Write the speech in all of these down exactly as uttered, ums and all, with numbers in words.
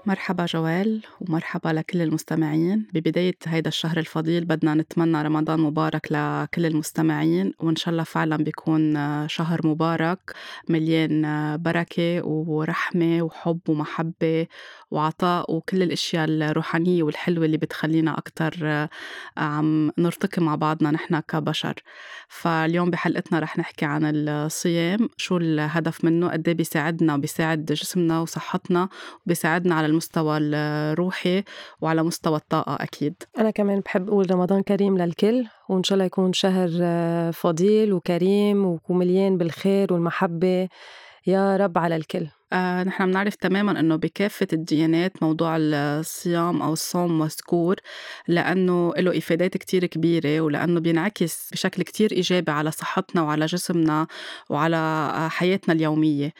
مرحبا جوال ومرحبا لكل المستمعين. ببداية هيدا الشهر الفضيل بدنا نتمنى رمضان مبارك لكل المستمعين، وإن شاء الله فعلا بيكون شهر مبارك مليان بركة ورحمة وحب ومحبة وعطاء وكل الأشياء الروحانية والحلوة اللي بتخلينا أكتر عم نرتقي مع بعضنا نحن كبشر. فاليوم بحلقتنا رح نحكي عن الصيام، شو الهدف منه، قد ايه بيساعدنا وبيساعد جسمنا وصحتنا، وبيساعدنا على المستوى الروحي وعلى مستوى الطاقة أكيد. أنا كمان بحب أقول رمضان كريم للكل، وإن شاء الله يكون شهر آه، فضيل وكريم ومليان بالخير والمحبة يا رب على الكل. آه، نحن بنعرف تماماً أنه بكافة الديانات موضوع الصيام أو الصوم مذكور، لأنه له إفادات كتير كبيرة، ولأنه بينعكس بشكل كتير إيجابي على صحتنا وعلى جسمنا وعلى آه، حياتنا اليومية.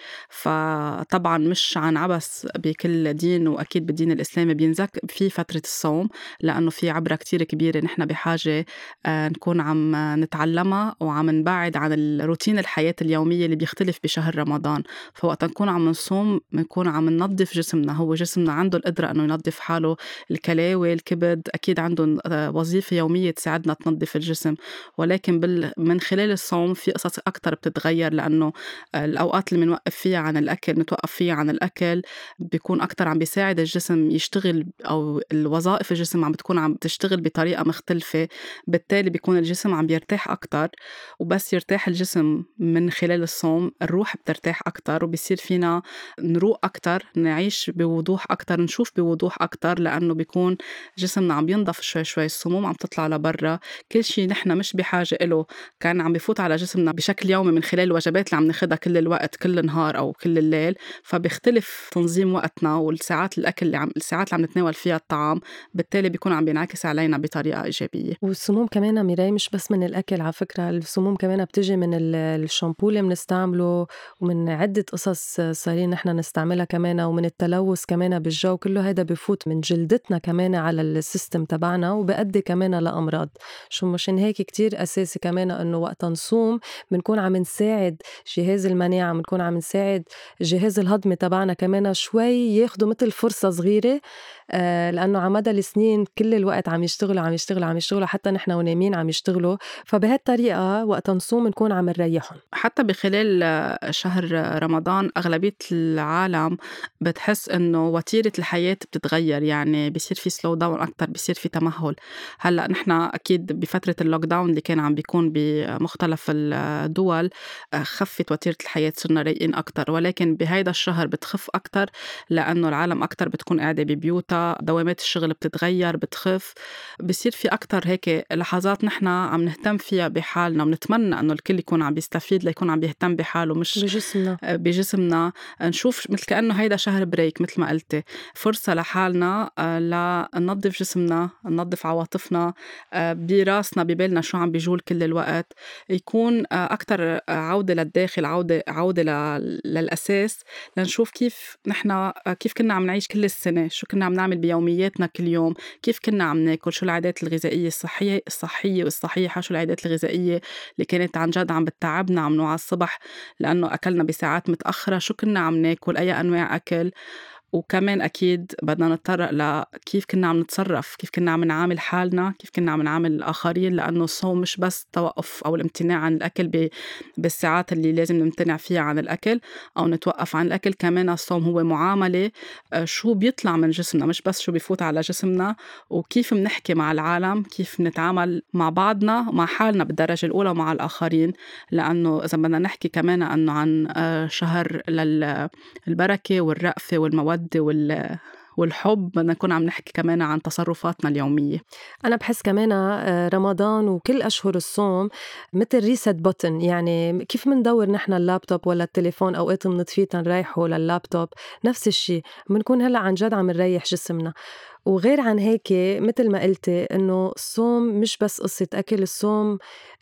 فطبعاً مش عن عبس بكل دين، وأكيد بالدين الإسلامي بينزك في فترة الصوم، لأنه في عبرة كتير كبيرة نحن بحاجة آه، نكون عم نتعلمها وعم نبعد عن الروتين الحياة اليومية اللي بيختلف بشهر رمضان. فوقت نكون عم نصوم بنكون عم ننظف جسمنا، هو جسمنا عنده القدرة أنه ينظف حاله، الكلاوي الكبد أكيد عندهم وظيفة يومية تساعدنا تنظف الجسم، ولكن بال... من خلال الصوم في قصص أكتر بتتغير، لأنه الأوقات اللي منوقف فيها عن الأكل نتوقف فيها عن الأكل بيكون أكتر عم بيساعد الجسم يشتغل، أو الوظائف الجسم عم بتكون عم تشتغل بطريقة مختلفة، بالتالي بيكون الجسم عم بيرتاح أكتر. وبس يرتاح الجسم من خلال الصوم الروح بترتاح أكتر، وبيصير فينا نروق أكتر، نعيش بوضوح أكتر، نشوف بوضوح أكتر، لأنه بيكون جسمنا عم ينضف شوي شوي، السموم عم تطلع لبرا، كل شي نحن مش بحاجة إله كان عم بفوت على جسمنا بشكل يومي من خلال الوجبات اللي عم ناخدها كل الوقت كل النهار أو كل الليل. فبيختلف تنظيم وقتنا والساعات الأكل اللي عم الساعات اللي عم نتناول فيها الطعام، بالتالي بيكون عم بينعكس علينا بطريقة إيجابية. والسموم كمان ميراي مش بس من الأكل، على فكرة السموم كمان بتجي من ال- الشامبو اللي بنستعمله، ومن عدة قصص صارين نحن نستعملها كمان، ومن التلوث كمان بالجو، كله هيدا بفوت من جلدتنا كمان على السيستم تبعنا وبأدي كمان لأمراض. شو مشان هيك كتير أساسي كمان إنه وقت نصوم بنكون عم نساعد جهاز المناعة، بنكون عم نساعد الجهاز الهضمي تبعنا كمان شوي ياخدوا مثل فرصة صغيرة، آه، لأنه على مدى السنين كل الوقت عم يشتغلوا عم يشتغلوا عم يشتغلوا حتى نحن ونايمين عم يشتغلوا، فبهالطريقة وقت نصوم نكون عم نريحهم. حتى بخلال آه، شهر رمضان أغلبية العالم بتحس إنه وتيرة الحياة بتتغير، يعني بيصير في سلو داون أكتر، بيصير في تمهل. هلأ نحن أكيد بفترة اللوك داون اللي كان عم بيكون بمختلف الدول آه، خفت وتيرة الحياة، صرنا رايقين أكتر، ولكن بهيدا الشهر بتخف أكتر، لأنه العالم أكتر بتكون قاعدة ببيوتها، دوامات الشغل بتتغير بتخف، بيصير في أكتر هيك لحظات نحن عم نهتم فيها بحالنا، ونتمنى إنه الكل يكون عم بيستفيد ليكون عم بيهتم بحاله مش بجسمنا. بجسمنا. نشوف مثل كأنه هيدا شهر بريك، مثل ما قلتي، فرصة لحالنا آه، لننظف جسمنا، ننظف عواطفنا، آه، براسنا ببالنا شو عم بيجول كل الوقت، يكون آه، أكتر آه، عودة للداخل، عودة عودة ل- للأساس، لنشوف كيف نحن آه، كيف كنا عم نعيش كل السنة، شو كنا عم نعمل بيومياتنا كل يوم، كيف كنا عم ناكل، شو العادات الغذائية الصحية الصحية والصحيحة، شو العادات الغذائية اللي كانت عن جد عم بتتعبنا، عم نوع الصبح لأنه أكلنا بساعات متأخرة، شو كنا عم ناكل، أي أنواع أكل. وكمان أكيد بدنا نتطرق لكيف كنا عم نتصرف، كيف كنا عم نعامل حالنا، كيف كنا عم نعامل الآخرين، لأنه الصوم مش بس توقف أو الامتناع عن الأكل ب- بالساعات اللي لازم نمتنع فيها عن الأكل أو نتوقف عن الأكل، كمان الصوم هو معاملة آه، شو بيطلع من جسمنا مش بس شو بيفوت على جسمنا، وكيف منحكي مع العالم، كيف نتعامل مع بعضنا مع حالنا بالدرجة الأولى ومع الآخرين. لأنه إذا بدنا نحكي كمان أنه عن آه، شهر للبركة والرأفة والمودة وال والحب، بدنا نكون عم نحكي كمان عن تصرفاتنا اليومية. أنا بحس كمان آه، رمضان وكل أشهر الصوم مثل ريست بوتن، يعني كيف مندور نحن اللابتوب ولا التليفون أوقات منطفيه نريحه لللابتوب، نفس الشي بنكون هلأ عن جد عم نريح جسمنا. وغير عن هيك مثل ما قلتي إنه الصوم مش بس قصة أكل، الصوم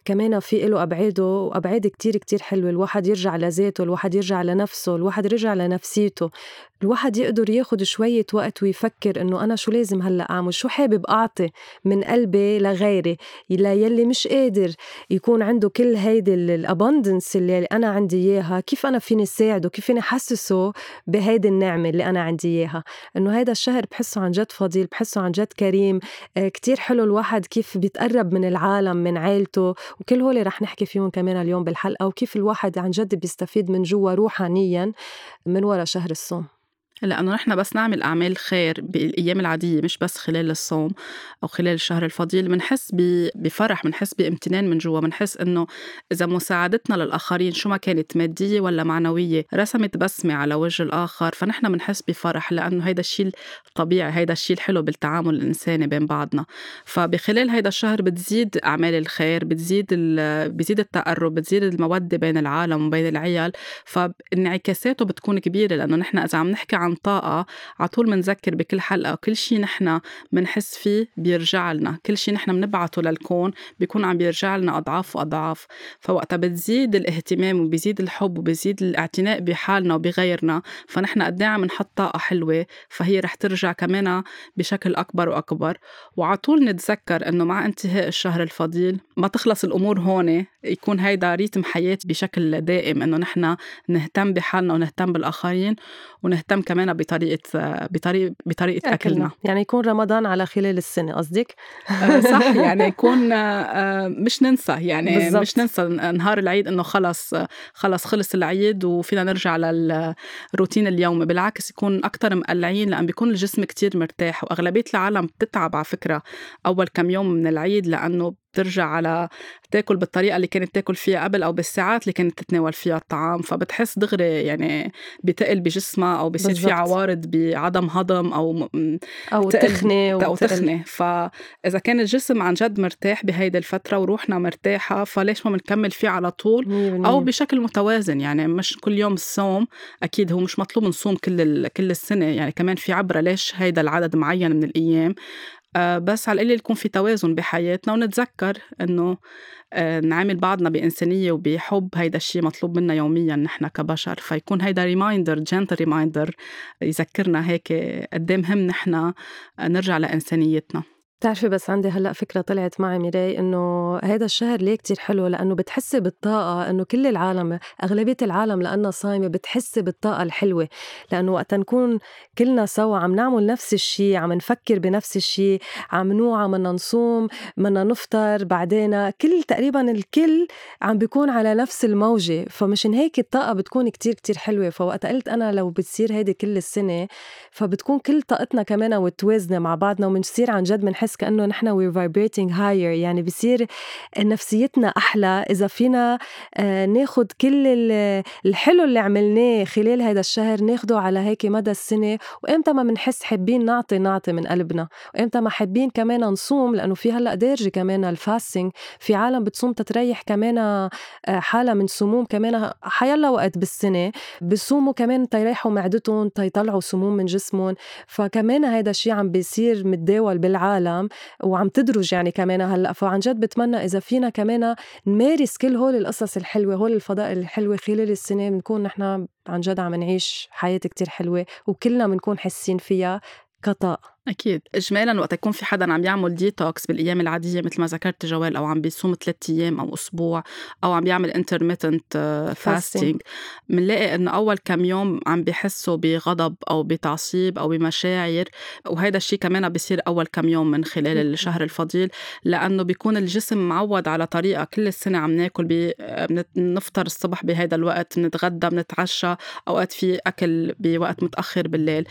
كمان في إله أبعاده وأبعاد كتير كتير حلوة. الواحد يرجع لذاته، الواحد يرجع لنفسه، الواحد يرجع لنفسيته، الواحد يقدر ياخد شوية وقت ويفكر إنه أنا شو لازم هلأ أعمل، شو حابب أعطي من قلبي لغيري، يلا يلي مش قادر يكون عنده كل هيدي الاباندنس اللي أنا عندي إياها، كيف أنا فيني ساعده، كيف فيني حسسه بهيدي النعمة اللي أنا عندي إياها. إنه هيدا الشهر بحسه عن جد فضيل، بحسه عن جد كريم. آه كتير حلو الواحد كيف بيتقرب من العالم، من عائلته، وكل هولي رح نحكي فيهم كمان اليوم بالحلقة، وكيف الواحد عن جد بيستفيد من جوا روحانيا من وراء شهر الصوم. لأنه نحن بس نعمل أعمال خير بالأيام العادية، مش بس خلال الصوم أو خلال الشهر الفضيل، منحس بفرح، منحس بامتنان من جوا، منحس إنه إذا مساعدتنا للآخرين شو ما كانت مادية ولا معنوية رسمت بسمة على وجه الآخر، فنحن منحس بفرح، لأنه هيدا الشيء الطبيعي، هيدا الشيء الحلو بالتعامل الإنساني بين بعضنا. فبخلال هيدا الشهر بتزيد أعمال الخير، بتزيد بتزيد التقرب، بتزيد المودة بين العالم وبين العيال، فانعكاساته بتكون كبيرة. لأنه نحن إذا عم نحكي عن طاقة، عطول منذكر بكل حلقة كل شي نحن منحس فيه بيرجع لنا، كل شي نحن منبعته للكون بيكون عم بيرجع لنا أضعاف وأضعاف. فوقتها بتزيد الاهتمام وبيزيد الحب وبيزيد الاعتناء بحالنا وبغيرنا، فنحن قديه عم نحط طاقة حلوة، فهي رح ترجع كمان بشكل أكبر وأكبر. وعطول نتذكر إنه مع انتهاء الشهر الفضيل ما تخلص الأمور هون، يكون هيدا ريتم حياة بشكل دائم، إنه نحن نهتم بحالنا ونهتم بالآخرين ونهتم كمان بطريقة بطريقة بطريقة أكلنا. أكلنا يعني يكون رمضان على خلال السنة قصدك؟ آه صح، يعني يكون آه مش ننسى، يعني بالزبط. مش ننسى نهار العيد إنه خلص خلص خلص العيد وفينا نرجع للروتين اليومي. بالعكس يكون أكتر مقلعين، لأن بيكون الجسم كتير مرتاح، وأغلبية العالم بتتعب على فكرة أول كم يوم من العيد، لأنه بترجع على تاكل بالطريقة اللي كانت تاكل فيها قبل أو بالساعات اللي كانت تتناول فيها الطعام، فبتحس دغري يعني بتقل بجسمها أو بيصير في عوارض بعدم هضم أو أو تخنة أو تخنة. فإذا كان الجسم عن جد مرتاح بهيدا الفترة وروحنا مرتاحة، فليش ما منكمل فيه على طول مية بالمية. أو بشكل متوازن. يعني مش كل يوم الصوم، أكيد هو مش مطلوب نصوم كل كل السنة، يعني كمان في عبرة ليش هيدا العدد معين من الأيام، آه بس على القليل يكون في توازن بحياتنا، ونتذكر إنه آه نعامل بعضنا بإنسانية وبحب. هيدا الشيء مطلوب منا يوميا نحن كبشر، فيكون هيدا ريمايندر، جنتل ريمايندر، يذكرنا هيك قد ايه مهم نحن نرجع لإنسانيتنا. بتعرفي بس عندي هلأ فكرة طلعت معي ميراي، إنه هيدا الشهر ليه كتير حلو، لأنه بتحسي بالطاقة، إنه كل العالم، أغلبية العالم لأنها صايمة بتحسي بالطاقة الحلوة، لأنه وقت نكون كلنا سوا عم نعمل نفس الشي، عم نفكر بنفس الشي، عم نوعى منا نصوم منا نفطر بعدين، كل تقريبا الكل عم بيكون على نفس الموجة، فمشان هيك الطاقة بتكون كتير كتير حلوة. فوقت قلت أنا لو بتصير هيدي كل السنة، فبتكون كل طاقتنا كمان وتوازنة مع بعضنا، ومنصير عن جد منحس كأنه نحن we're vibrating higher، يعني بصير نفسيتنا أحلى إذا فينا آه ناخد كل الحلو اللي عملناه خلال هذا الشهر ناخده على هيك مدى السنة. وإمتى ما منحس حابين نعطي نعطي من قلبنا، وإمتى ما حابين كمان نصوم، لأنه في هلأ دارجة كمان الفاستنج، في عالم بتصوم تتريح كمان حالة من سموم كمان حيالله وقت بالسنة بصوموا كمان تيريحوا معدتهم تيطلعوا سموم من جسمهم. فكمان هذا الشيء عم بيصير متداول بالعالم وعم تدرج يعني كمان هلأ. فعن جد بتمنى إذا فينا كمان نمارس كل هول القصص الحلوة، هول الفضائل الحلوة خلال السنة، بنكون نحن عن جد عم نعيش حياة كتير حلوة وكلنا بنكون حاسين فيها كطاقة. أكيد إجمالاً وقت يكون في حدا عم يعمل ديتوكس بالأيام العادية مثل ما ذكرت جوال، أو عم بيصوم ثلاثة أيام أو أسبوع، أو عم بيعمل intermittent fasting، منلاقي إنه أول كم يوم عم بيحسوا بغضب أو بتعصيب أو بمشاعر، وهيدا الشيء كمان بيصير أول كم يوم من خلال الشهر الفضيل، لأنه بيكون الجسم معود على طريقة كل السنة عم ناكل بي... بنفطر الصبح بهيدا الوقت، بنتغدى بنتعشى، أوقات في أكل بوقت متأخر بالليل،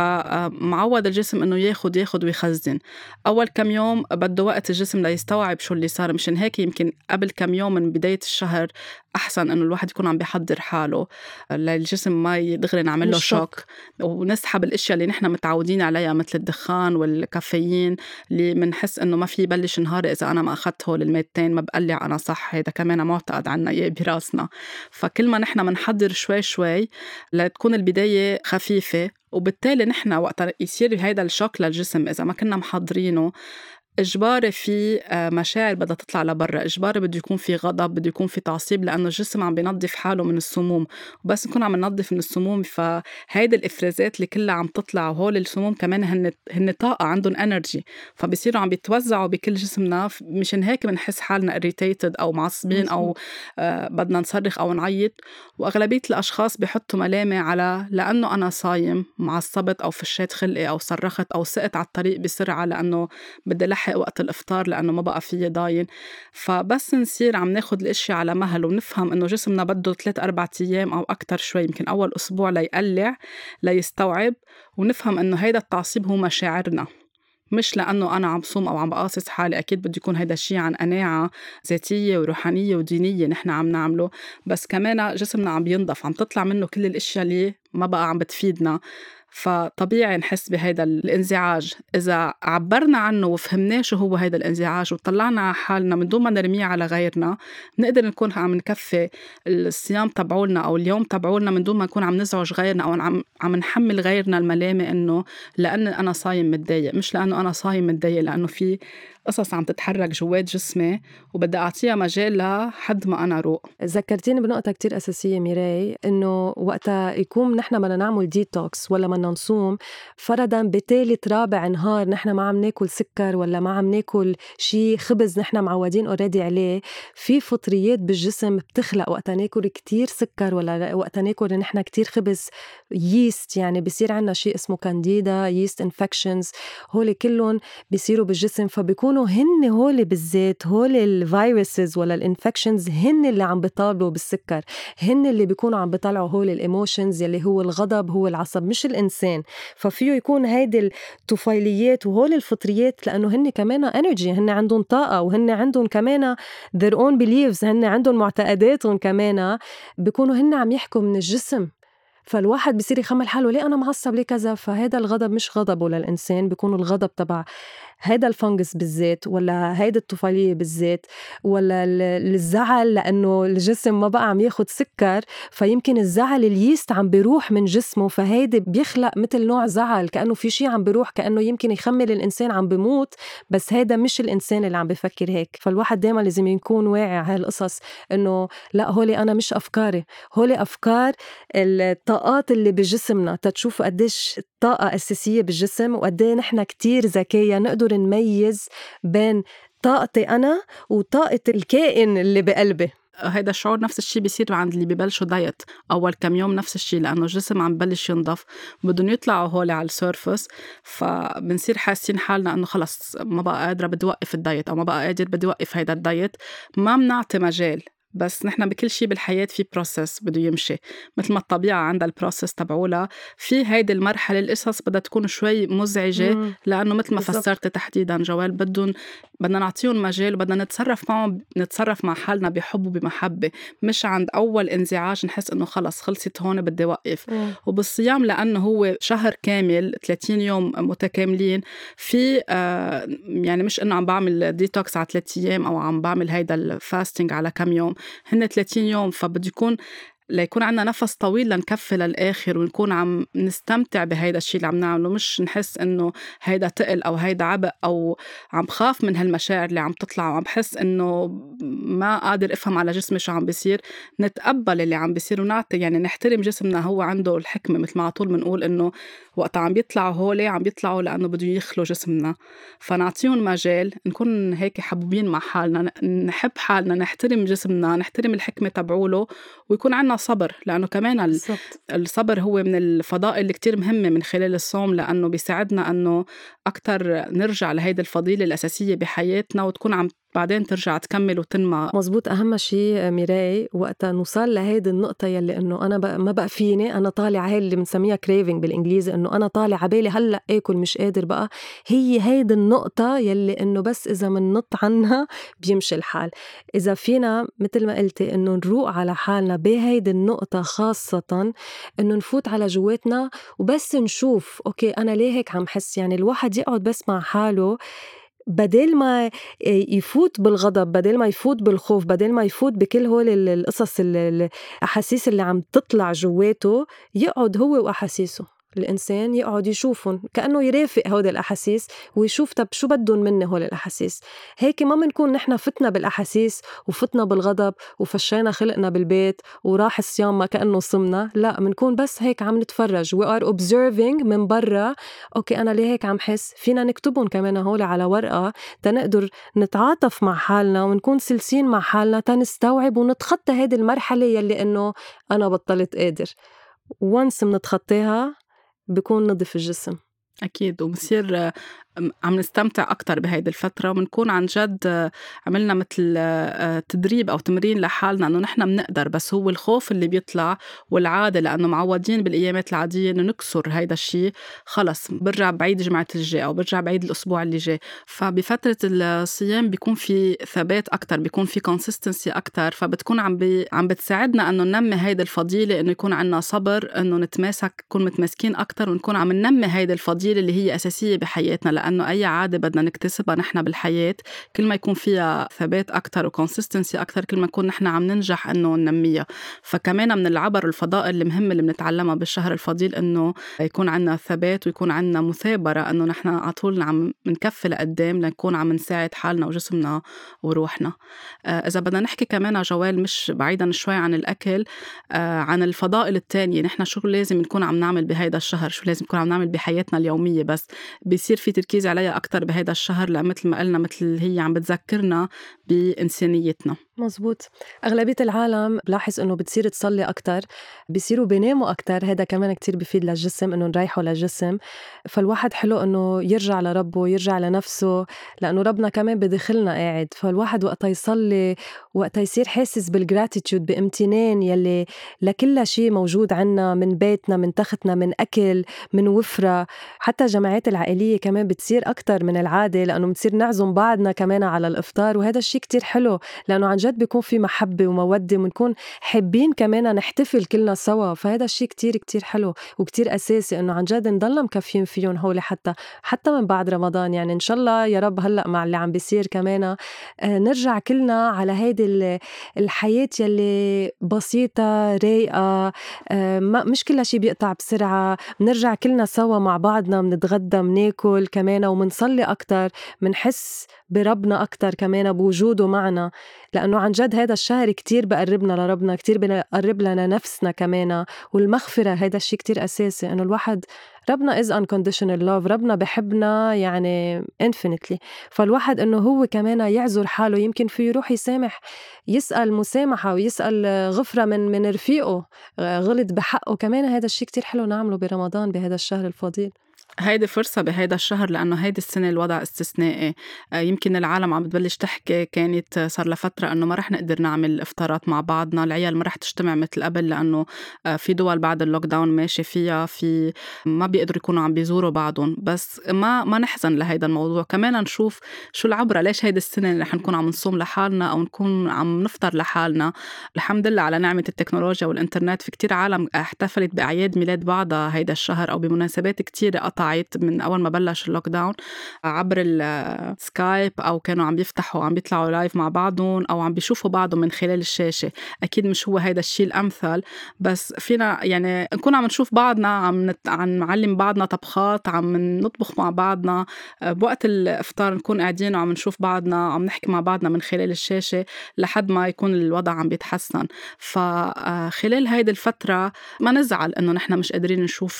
فمعود الجسم إنه ياخد ياخد ويخزن. أول كم يوم بده وقت الجسم ليستوعب شو اللي صار، مشان هيك يمكن قبل كم يوم من بداية الشهر أحسن إنه الواحد يكون عم بيحضر حاله للجسم ما يدغري نعمل له شوك، ونسحب الأشياء اللي نحن متعودين عليها مثل الدخان والكافيين اللي منحس إنه ما في يبلش نهار إذا أنا ما أخذت هول المادتين، ما بقلع أنا صح. هيدا كمان معتقد عنا إياه براسنا. فكل ما نحن منحضر شوي شوي لتكون البداية خفيفة، وبالتالي نحن وقت يصير هيدا الشوك للجسم إذا ما كنا محضرينه إجباري في آه، مشاعر بدها تطلع لبرا، إجباري بده يكون في غضب، بده يكون في تعصيب، لأنه الجسم عم بينظف حاله من السموم. وبس نكون عم ننظف من السموم، فهيدي الإفرازات اللي كلها عم تطلع، وهول السموم كمان هن هن طاقة، عندهم انرجي، فبصيروا عم بيتوزعوا بكل جسمنا. ف- مشان هيك بنحس حالنا irritated أو معصبين أو مزبوط. آه، بدنا نصرخ أو نعيط. وأغلبية الأشخاص بيحطوا ملامة على لأنه أنا صايم معصبت أو فشيت خلقي أو صرخت أو سقت على الطريق بسرعة لأنه بدي لحق وقت الإفطار لأنه ما بقى فيه ضاين. فبس نصير عم ناخد الاشياء على مهل ونفهم إنه جسمنا بده ثلاث أربع أيام أو أكتر شوي، يمكن أول أسبوع ليقلع ليستوعب، ونفهم إنه هيدا التعصيب هو مشاعرنا، مش لأنه أنا عم صوم أو عم بقاصص حالي. أكيد بده يكون هيدا الشي عن قناعة ذاتية وروحانية ودينية نحن عم نعمله، بس كمان جسمنا عم بينضف، عم تطلع منه كل الاشياء اللي ما بقى عم بتفيدنا. فطبيعي نحس بهيدا الانزعاج. إذا عبرنا عنه وفهمناه شو هو هيدا الانزعاج وطلعنا على حالنا من دون ما نرميه على غيرنا، نقدر نكون عم نكفي الصيام تبعولنا أو اليوم تبعولنا من دون ما نكون عم نزعج غيرنا أو عم عم نحمل غيرنا الملامة إنه لأن أنا صايم متضايق. مش لأنه أنا صايم متضايق، لأنه في قصص عم تتحرك جوات جسمي وبدي أعطيها مجال لحد ما أنا روق. ذكرتيني بنقطة كتير أساسية ميراي، إنه وقتها يكون نحن بدنا نعمل ديتوكس ولا بدنا نصوم، فرضاً بتالت رابع نهار نحن ما عم ناكل سكر ولا ما عم ناكل شي خبز نحن معودين أوريدي عليه، في فطريات بالجسم بتخلق وقتها ناكل كتير سكر ولا وقتها ناكل نحن كتير خبز ييست، يعني بيصير عنا شي اسمه كانديدا ييست انفكشنز، هول كلهم بيصيروا بالجسم. فبيكونوا هن هول بالذات هول الفيروسز ولا الانفكشنز هن اللي عم بيطالبوا بالسكر، هن اللي بيكونوا عم بيطلعوا هول الايموشنز يلي هو الغضب هو العصب مش الانسان. ففيه يكون هيدي الطفيليات وهول الفطريات لانه هن كمان انرجي، هن عندهم طاقه وهن عندهم كمان their own beliefs، هن عندهم معتقداتهم كمان، بيكونوا هن عم يحكوا من الجسم. فالواحد بيصير يخمل حاله ليه أنا معصب ليه كذا، فهيدا الغضب مش غضبه للإنسان، بيكون الغضب تبع هيدا الفنجس بالذات ولا هيدا الطفيلية بالذات ولا ال- الزعل لأنه الجسم ما بقى عم ياخد سكر، فيمكن الزعل اليست عم بيروح من جسمه، فهيدا بيخلق مثل نوع زعل كأنه في شي عم بيروح، كأنه يمكن يخمل الإنسان عم بيموت، بس هيدا مش الإنسان اللي عم بيفكر هيك. فالواحد دايما لازم يكون واعي على هالقصص إنه لا هولي أنا مش أفكاري، هولي أفكار الطاقات اللي بجسمنا، تتشوفوا قديش الطاقة أساسية بالجسم وقديه نحن كتير ذكية نقدر نميز بين طاقتي أنا وطاقة الكائن اللي بقلبي. هيدا الشعور نفس الشي بيصير عند اللي ببلشوا دايت أول كم يوم، نفس الشي لأنه الجسم عم ببلش ينضف، بدهم يطلعوا هولي على السيرفس، فبنصير حاسين حالنا أنه خلص ما بقى قادرة بدي وقف الدايت أو ما بقى قادر بدي وقف هيدا الدايت. ما منعطي مجال، بس نحن بكل شي بالحياة في بروسس بده يمشي، مثل ما الطبيعة عندها البروسس تبعولها. في هيدي المرحلة القصص بدها تكون شوي مزعجة، مم. لأنه مثل ما بالضبط. فسرت تحديدا جوال، بدهم بدنا نعطيهم مجال وبدنا نتصرف معهم، نتصرف مع حالنا بحب وبمحبة، مش عند أول انزعاج نحس إنه خلص خلصت هون بدي وقف. مم. وبالصيام لأنه هو شهر كامل ثلاثين يوم متكاملين، في آه يعني مش إنه عم بعمل ديتوكس على ثلاثة أيام أو عم بعمل هيدا الفاستنج على كم يوم، هن ثلاثين يوم. فبده يكون ليكون عنا نفس طويل لنكفي للآخر ونكون عم نستمتع بهيدا الشي اللي عم نعمله، مش نحس إنه هيدا تقل أو هيدا عبء أو عم بخاف من هالمشاعر اللي عم تطلع وعم بحس إنه ما قادر أفهم على جسمي شو عم بيصير. نتقبل اللي عم بيصير ونعطي يعني نحترم جسمنا، هو عنده الحكمة. مثل ما على طول بنقول إنه وقت عم بيطلعوا هولي عم بيطلعوا لأنه بده يخلوا جسمنا، فنعطيهم مجال، نكون هيك حبوبين مع حالنا، نحب حالنا، نحترم جسمنا، نحترم الحكمة تبعوله، ويكون عنا صبر، لأنه كمان ال- بالضبط. الصبر هو من الفضائل اللي كتير مهمة من خلال الصوم، لأنه بيساعدنا أنه أكتر نرجع لهيدي الفضيلة الأساسية بحياتنا وتكون عم بعدين ترجع تكمل وتنمى. مزبوط. أهم شيء ميراي وقتا نوصل لهيدي النقطة يلي إنه أنا بقى ما بقى فيني، أنا طالع هاي اللي بنسميها craving بالإنجليزي، إنه أنا طالع عبالي هلأ آكل مش قادر بقى، هي هيدي النقطة يلي إنه بس إذا مننط عنها بيمشي الحال. إذا فينا مثل ما قلتي إنه نروق على حالنا بهيدي النقطة، خاصة إنه نفوت على جواتنا وبس نشوف أوكي أنا ليه هيك عم حس، يعني الواحد يقعد بس مع حاله بدل ما يفوت بالغضب، بدل ما يفوت بالخوف، بدل ما يفوت بكل هول ال- القصص ال- الأحاسيس اللي عم تطلع جواته، يقعد هو وأحاسيسه الإنسان يقعد يشوفهم كأنه يرافق هودي الأحاسيس ويشوف طب شو بدهم مني هول الأحاسيس. هيك ما منكون نحن فتنا بالأحاسيس وفتنا بالغضب وفشينا خلقنا بالبيت وراح الصيام ما كأنه صمنا، لا منكون بس هيك عم نتفرج we are observing من برا. أوكي أنا ليه هيك عم حس؟ فينا نكتبهم كمان هول على ورقة تنقدر نتعاطف مع حالنا ونكون سلسين مع حالنا تنستوعب ونتخطى هيدي المرحلة يلي إنه أنا بطلت قادر. once منتخطيها بيكون نضف الجسم. أكيد، وبصير عم نستمتع أكتر بهيدي الفترة ومنكون عن جد عملنا مثل تدريب أو تمرين لحالنا أنه نحن منقدر، بس هو الخوف اللي بيطلع والعادة لأنه معودين بالأيامات العادية أنه نكسر هيدا الشيء، خلص برجع بعيد جمعة الجاي أو برجع بعيد الأسبوع اللي جاي. فبفترة الصيام بيكون في ثبات أكتر، بيكون في consistency أكتر، فبتكون عم, بي عم بتساعدنا أنه ننمي هيدا الفضيلة، أنه يكون عنا صبر، أنه نتماسك، نكون متماسكين أكتر ونكون عم ننمي هيدا الفضيلة اللي هي أساسية بحياتنا. لأنه أي عادة بدنا نكتسبها نحن بالحياة كل ما يكون فيها ثبات أكتر وكونسيستنسي أكتر كل ما نكون نحن عم ننجح أنه ننميها. فكمان من العبر الفضاء اللي مهم اللي بنتعلمها بالشهر الفضيل أنه يكون عنا ثبات ويكون عنا مثابرة، أنه نحن عطولنا عم نكفي لقدام لنكون عم نساعد حالنا وجسمنا وروحنا. آه إذا بدنا نحكي كمان جوال مش بعيدا شوي عن الأكل، آه عن الفضائل التانية، نحن شو لازم نكون عم نعمل بهيدا الشهر، شو لازم نكون عم نعمل بحياتنا اليومية، بس بيصير في تركيز عليها أكتر بهذا الشهر لمثل ما قلنا مثل هي عم بتذكرنا بإنسانيتنا. مزبوط. أغلبية العالم بلاحظ إنه بتصير تصلي أكتر، بيصيروا بيناموا أكتر، هذا كمان كتير بفيد للجسم إنه نريحه للجسم. فالواحد حلو إنه يرجع لربه يرجع لنفسه، لأنه ربنا كمان بدخلنا قاعد. فالواحد وقتا يصلي وقتا يصير حاسس بالجراتيتيود بامتنان يلي لكل شيء موجود عنا، من بيتنا من تختنا من أكل من وفرة. حتى جماعات العائلية كمان بتصير أكتر من العادة لأنه بتصير نعزم بعضنا كمان على الإفطار، وهذا الشيء كتير حلو لأنه عن جد بيكون في محبة ومودة ونكون حابين كمان نحتفل كلنا سوا. فهذا الشيء كتير كتير حلو وكتير أساسي إنه عن جد نضلنا مكفيين فيهم هولي حتى حتى من بعد رمضان. يعني إن شاء الله يا رب هلأ مع اللي عم بيصير كمان آه نرجع كلنا على هيدي الحياة يلي بسيطة رايقة، آه مش كل شيء بيقطع بسرعة، نرجع كلنا سوا مع بعضنا منتغدى مناكل كمان ومنصلي أكتر، منحس بربنا أكتر كمان بوجوده معنا. لأنه عن جد هذا الشهر كتير بقربنا لربنا، كتير بقرب لنا نفسنا كمان، والمغفرة هذا الشيء كتير أساسي. إنه الواحد ربنا is unconditional love، ربنا بحبنا يعني infinitely. فالواحد إنه هو كمان يعذر حاله، يمكن فيه يروح يسامح، يسأل مسامحة ويسأل غفرة من من رفيقه غلط بحقه كمان. هذا الشيء كتير حلو نعمله برمضان بهذا الشهر الفضيل. هيدي فرصة بهيدا الشهر لأنه هيدي السنة الوضع استثنائي. يمكن العالم عم بتبلش تحكي، كانت صار لفترة أنه ما رح نقدر نعمل إفطارات مع بعضنا، العيال ما رح تجتمع مثل قبل لأنه في دول بعد اللوك داون ماشي فيها في ما بيقدروا يكونوا عم بيزوروا بعضهم. بس ما ما نحزن لهيدا الموضوع، كمان نشوف شو العبرة، ليش هيدي السنة رح نكون عم نصوم لحالنا أو نكون عم نفطر لحالنا. الحمد لله على نعمة التكنولوجيا والإنترنت، في كتير عالم احتفلت بأعياد ميلاد بعضها هيدا الشهر أو بمناسبات كتير قطعت من أول ما بلش اللوك داون عبر السكايب، أو كانوا عم بيفتحوا عم بيطلعوا لايف مع بعضهم أو عم بيشوفوا بعضهم من خلال الشاشة. أكيد مش هو هيدا الشيء الأمثل، بس فينا يعني نكون عم نشوف بعضنا، عم نت... عم نعلم بعضنا طبخات، عم نطبخ مع بعضنا بوقت الإفطار، نكون قاعدين وعم نشوف بعضنا عم نحكي مع بعضنا من خلال الشاشة لحد ما يكون الوضع عم بيتحسن. فخلال هيدا الفترة ما نزعل إنه نحن مش قادرين نشوف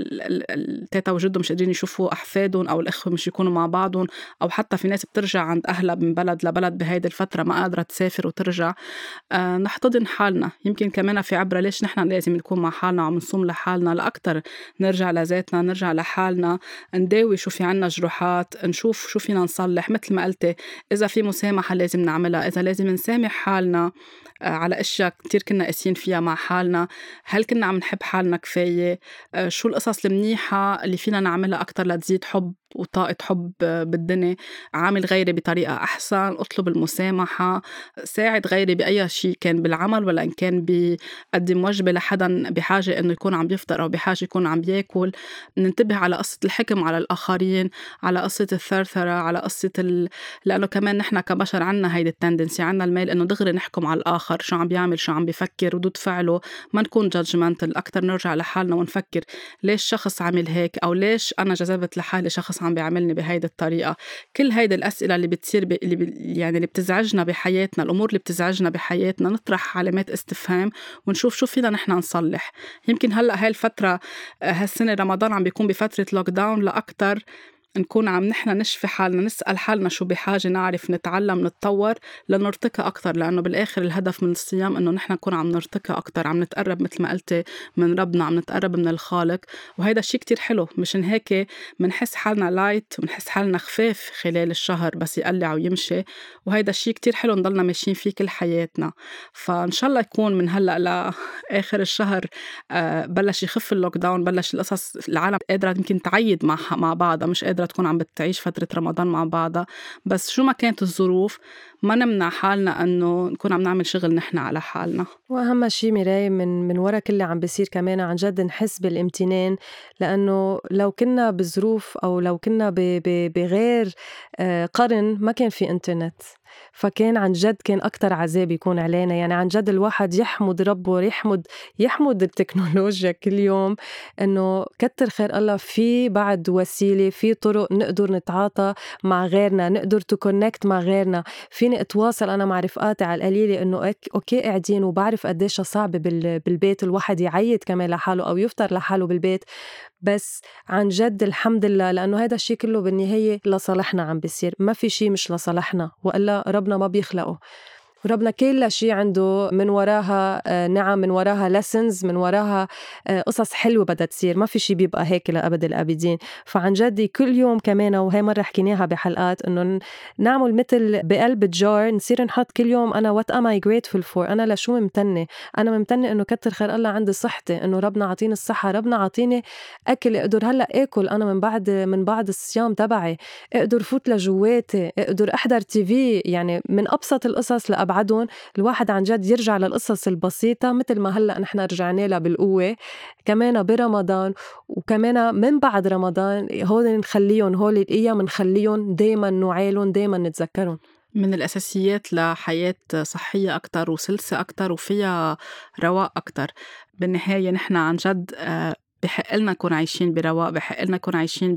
التيتا وجدهم، مش قادرين يشوفوا أحفادهم، أو الأخوة مش يكونوا مع بعضهم، أو حتى في ناس بترجع عند أهلها من بلد لبلد بهيدي الفترة ما قادرة تسافر وترجع. أه نحتضن حالنا. يمكن كمان في عبرة ليش نحن لازم نكون مع حالنا وعم نصوم لحالنا، لأكتر نرجع لذاتنا، نرجع لحالنا، نداوي شو في عنا جروحات، نشوف شو فينا نصلح. مثل ما قلتي إذا في مسامحة لازم نعملها، إذا لازم نسامح حالنا أه على أشياء كتير كنا قاسيين فيها مع حالنا، هل كنا عم نحب حالنا كفاية، أه شو القصص المنيحة اللي فينا نعملها أكتر لتزيد حب وطاقة حب بالدنيا، عامل غيري بطريقة أحسن، أطلب المسامحة، ساعد غيري بأي شيء كان بالعمل ولا إن كان بقدم وجبة لحدا بحاجة إنه يكون عم بيفطر أو بحاجة يكون عم بياكل. ننتبه على قصة الحكم على الآخرين، على قصة الثرثرة، على قصة ال... لأنه كمان نحن كبشر عنا هيدي التندنسي، عنا الميل إنه دغري نحكم على الآخر شو عم بيعمل شو عم بيفكر ردود فعله، ما نكون judgmental، أكتر نرجع لحالنا ونفكر ليش شخص عمل هيك أو ليش أنا جذبت لحالي شخص عم بيعملني بهيدي الطريقة. كل هيدي الأسئلة اللي بتصير ب... اللي ب... يعني اللي بتزعجنا بحياتنا، الأمور اللي بتزعجنا بحياتنا، نطرح علامات استفهام ونشوف شو فينا نحن نصلح. يمكن هلأ هاي الفترة هالسنة رمضان عم بيكون بفترة لوك داون لأكتر نكون عم نحن نشفي حالنا، نسأل حالنا شو بحاجة، نعرف نتعلم نتطور لنرتقي أكتر، لأنه بالآخر الهدف من الصيام إنه نحن نكون عم نرتقي أكتر، عم نتقرب مثل ما قلتي من ربنا، عم نتقرب من الخالق. وهيدا الشيء كتير حلو، مشان هيك منحس حالنا لايت ومنحس حالنا خفاف خلال الشهر بس يقلع ويمشي، وهيدا الشيء كتير حلو نضلنا ماشيين فيه كل حياتنا. فإن شاء الله يكون من هلأ لآخر الشهر آه بلش يخف اللوك داون، بلش القصص العالم قادرة يمكن تعيد مع مع بعضها، مش قادرة تكون عم بتعيش فترة رمضان مع بعضها، بس شو ما كانت الظروف ما نمنع حالنا أنه نكون عم نعمل شغل نحن على حالنا. وأهم شي ميراي من من ورا كل اللي عم بيصير كمان عن جد نحس بالامتنان، لأنه لو كنا بظروف أو لو كنا ب ب بغير آه، قرن ما كان في إنترنت، فكان عن جد كان أكتر عذاب يكون علينا. يعني عن جد الواحد يحمد ربه، يحمد يحمد التكنولوجيا كل يوم إنه كتر خير الله في بعد وسيلة، في طرق نقدر نتعاطى مع غيرنا، نقدر تو كونكت مع غيرنا، فيني أتواصل أنا مع رفقاتي على القليلة إنه أوكي قاعدين وبعرف قديش صعب بالبيت الواحد يعيد كمان لحاله أو يفطر لحاله بالبيت، بس عن جد الحمد لله، لأنه هذا الشيء كله بالنهاية لصالحنا عم بيصير، ما في شيء مش لصالحنا، وإلا ربنا ما بيخلقه. وربنا كل شيء عنده من وراها آه نعم، من وراها lessons، من وراها آه قصص حلوة بدها تصير، ما في شيء بيبقى هيك لأبد الأبدين. فعن جد كل يوم كمان، وهي مرة حكيناها بحلقات، إنه نعمل مثل بقلب جار نصير نحط كل يوم أنا what am I grateful for، أنا لشو ممتنة، أنا ممتنة إنه كتر خير الله عندي صحتي، إنه ربنا عطيني الصحة، ربنا عطيني أكل أقدر هلأ أكل أنا من بعد من بعد الصيام تبعي، أقدر فوت لجواتي، أقدر أحضر تي في. يعني من أبسط القصص لأب بعدهم الواحد عن جد يرجع للقصص البسيطة مثل ما هلأ نحن رجعنا لها بالقوة كمان برمضان، وكمان من بعد رمضان هول نخليهم، هول الأيام نخليهم دايما نوعيلهم، دايما نتذكرهم. من الأساسيات لحياة صحية أكتر وسلسة أكتر وفيها رواق أكتر. بالنهاية نحن عن جد بحق لنا نكون عايشين برواق، بحق لنا نكون عايشين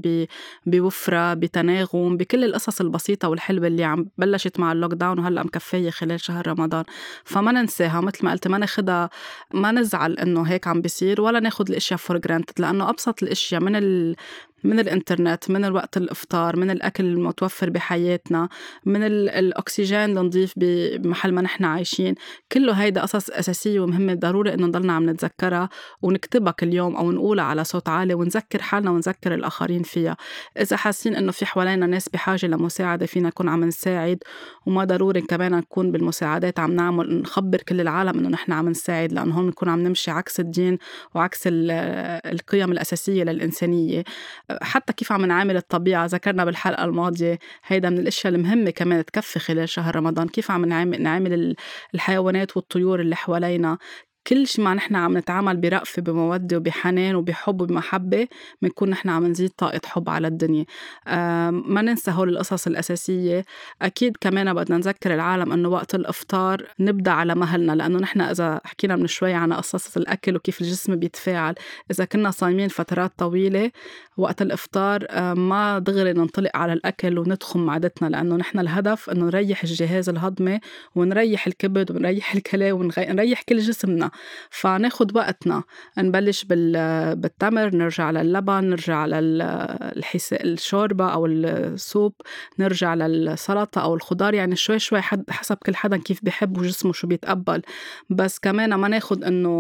بوفرة، بتناغم، بكل القصص البسيطة والحلوة اللي عم بلشت مع اللوك داون وهلأ مكفية خلال شهر رمضان. فما ننساها، مثل ما قلت ما ناخدها، ما نزعل إنه هيك عم بيصير، ولا ناخد الأشياء for granted، لأنه أبسط الأشياء من ال من الإنترنت، من الوقت الإفطار، من الأكل المتوفر بحياتنا، من الأكسجين اللي نضيف بمحل ما نحن عايشين، كله هيدا قصص أساسية ومهمة ضروري إنه نضلنا عم نتذكرها ونكتبها كل يوم أو نقولها على صوت عالي ونذكر حالنا ونذكر الآخرين فيها. إذا حاسين إنه في حوالينا ناس بحاجة لمساعدة فينا نكون عم نساعد، وما ضروري كمان نكون بالمساعدات عم نعمل نخبر كل العالم إنه نحن عم نساعد، لأنه هون نكون عم نمشي عكس الدين وعكس القيم الأساسية للإنسانية. حتى كيف عم نعامل الطبيعة، ذكرنا بالحلقة الماضية هيدا من الأشياء المهمة كمان تكفي خلال شهر رمضان، كيف عم نعامل, نعامل الحيوانات والطيور اللي حوالينا. كل شيء ما نحن عم نتعامل برأفة بمودة وبحنان وبحب وبمحبة بنكون نحن عم نزيد طاقة حب على الدنيا. ما ننسى هول القصص الأساسية. أكيد كمان بدنا نذكر العالم أنه وقت الإفطار نبدأ على مهلنا، لأنه نحن إذا حكينا من شوي عن قصص الأكل وكيف الجسم بيتفاعل، إذا كنا صايمين فترات طويلة وقت الإفطار ما دغري ننطلق على الأكل وندخم معدتنا، لأنه نحن الهدف أنه نريح الجهاز الهضمي ونريح الكبد ونريح الكلى ونريح كل جسمنا. فناخد وقتنا، نبلش بالتمر، نرجع للبن، نرجع للشوربة أو السوب، نرجع للسلطة أو الخضار، يعني شوي شوي حد حسب كل حدا كيف بيحب وجسمه شو بيتقبل. بس كمان ما ناخد إنه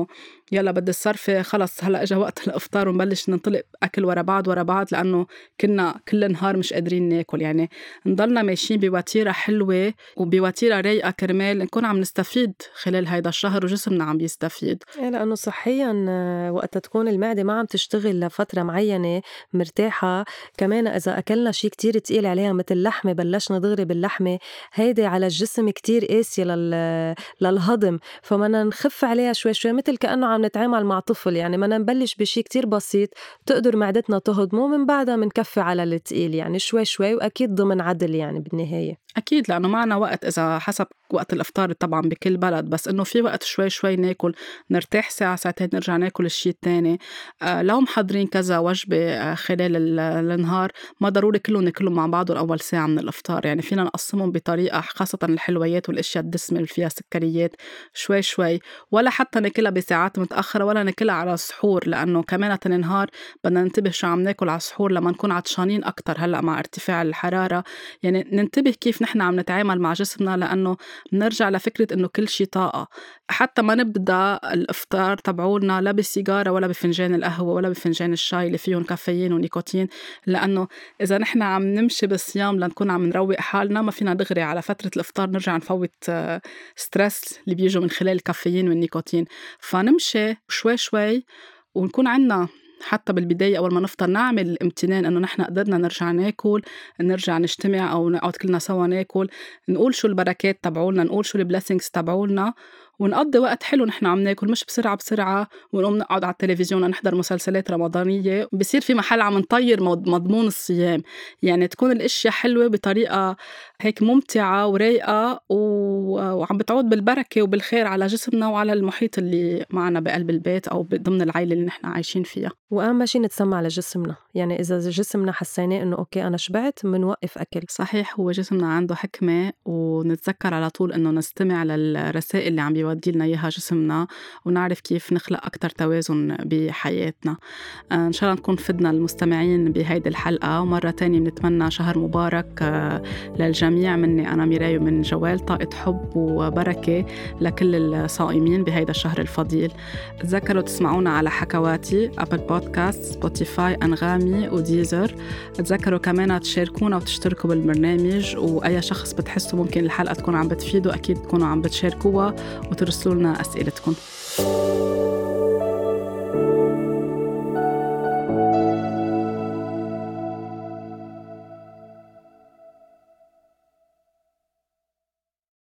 يلا بدي الصرفة خلص هلأ إجا وقت الإفطار ونبلش ننطلق أكل ورا بعض ورا بعض، لأنه كنا كل نهار مش قادرين ناكل. يعني نضلنا ماشيين بوتيرة حلوة وبوتيرة رايقة كرمال نكون عم نستفيد خلال هيدا الشهر وجسمنا عم يستفيد. إيه لأنه صحيا آه، وقت تكون المعدة ما عم تشتغل لفترة معينة مرتاحة، كمان إذا أكلنا شي كتير تقيل عليها مثل لحمة بلشنا دغري باللحمة، هيدي على الجسم كتير قاسية لل... للهضم، فمنا نخف عليها شوي شوي مثل كأنه عم نتعامل مع طفل. يعني منا نبلش بشي كتير بسيط تقدر معدتنا تهضمه، من بعدها منكفي على التقيل يعني شوي شوي، وأكيد ضمن عدل يعني بالنهاية. أكيد لأنه معنا وقت، إذا حسب وقت الإفطار طبعاً بكل بلد، بس إنه في وقت شوي شوي ناكل، نرتاح ساعة ساعتين نرجع ناكل الشي التاني. آه لو محضرين كذا وجبة آه خلال ال- النهار، ما ضروري كلهم ناكلهم مع بعض أول ساعة من الإفطار. يعني فينا نقسمهم بطريقة، خاصة الحلويات والأشياء الدسمة اللي فيها سكريات، شوي شوي، ولا حتى ناكلها بساعات متأخرة، ولا ناكلها على السحور، لأنه كمان النهار بدنا ننتبه شو عم ناكل على السحور لما نكون عطشانين أكتر هلأ مع ارتفاع الحرارة. يعني ننتبه كيف نحن عم نتعامل مع جسمنا، لأنه نرجع لفكرة إنه كل شي طاقة. حتى ما نبدأ الإفطار تبعولنا لا بالسيجارة ولا بفنجان القهوة ولا بفنجان الشاي اللي فيهم كافيين ونيكوتين، لأنه إذا نحن عم نمشي بالصيام لنكون عم نروق حالنا، ما فينا دغري على فترة الإفطار نرجع نفوت آه، ستريس اللي بيجوا من خلال الكافيين والنيكوتين. فنمشي شوي شوي ونكون عنا حتى بالبداية أول ما نفطر نعمل الامتنان إنه نحن قدرنا نرجع ناكل، نرجع نجتمع أو نقعد كلنا سوا ناكل، نقول شو البركات تبعولنا، نقول شو البلاسينجز تبعولنا، ونقضي وقت حلو نحن عم ناكل، مش بسرعة بسرعة ونقوم نقعد على التلفزيون نحضر مسلسلات رمضانية، بصير في محل عم نطير مض- مضمون الصيام. يعني تكون الاشياء حلوة بطريقة هيك ممتعة ورايقة و- وعم بتعود بالبركة وبالخير على جسمنا وعلى المحيط اللي معنا بقلب البيت أو ضمن العائلة اللي نحن عايشين فيها. وأهم شي نتسمع لجسمنا، يعني إذا جسمنا حسيناه إنه أوكي أنا شبعت منوقف أكل. صحيح، هو جسمنا عنده حكمة، ونتذكر على طول إنه نستمع للرسائل اللي عم بيودي لنا إياها جسمنا، ونعرف كيف نخلق أكتر توازن بحياتنا. آه، إن شاء الله نكون فدنا المستمعين بهيدي الحلقة، ومرة تانية بنتمنى شهر مبارك آه، للجميع. مني أنا ميراي ومن جوال طاقة حب وبركة لكل الصائمين بهيدا الشهر الفضيل. تذكروا تسمعونا على حكواتي، أبل بودكاست، سبوتيفاي، أنغامي وديزر. تذكروا كمان تشاركونا وتشتركوا بالبرنامج، وأي شخص بتحسوا ممكن الحلقة تكون عم بتفيده أكيد تكونوا عم بتشاركوها وترسلوا لنا أسئلتكم.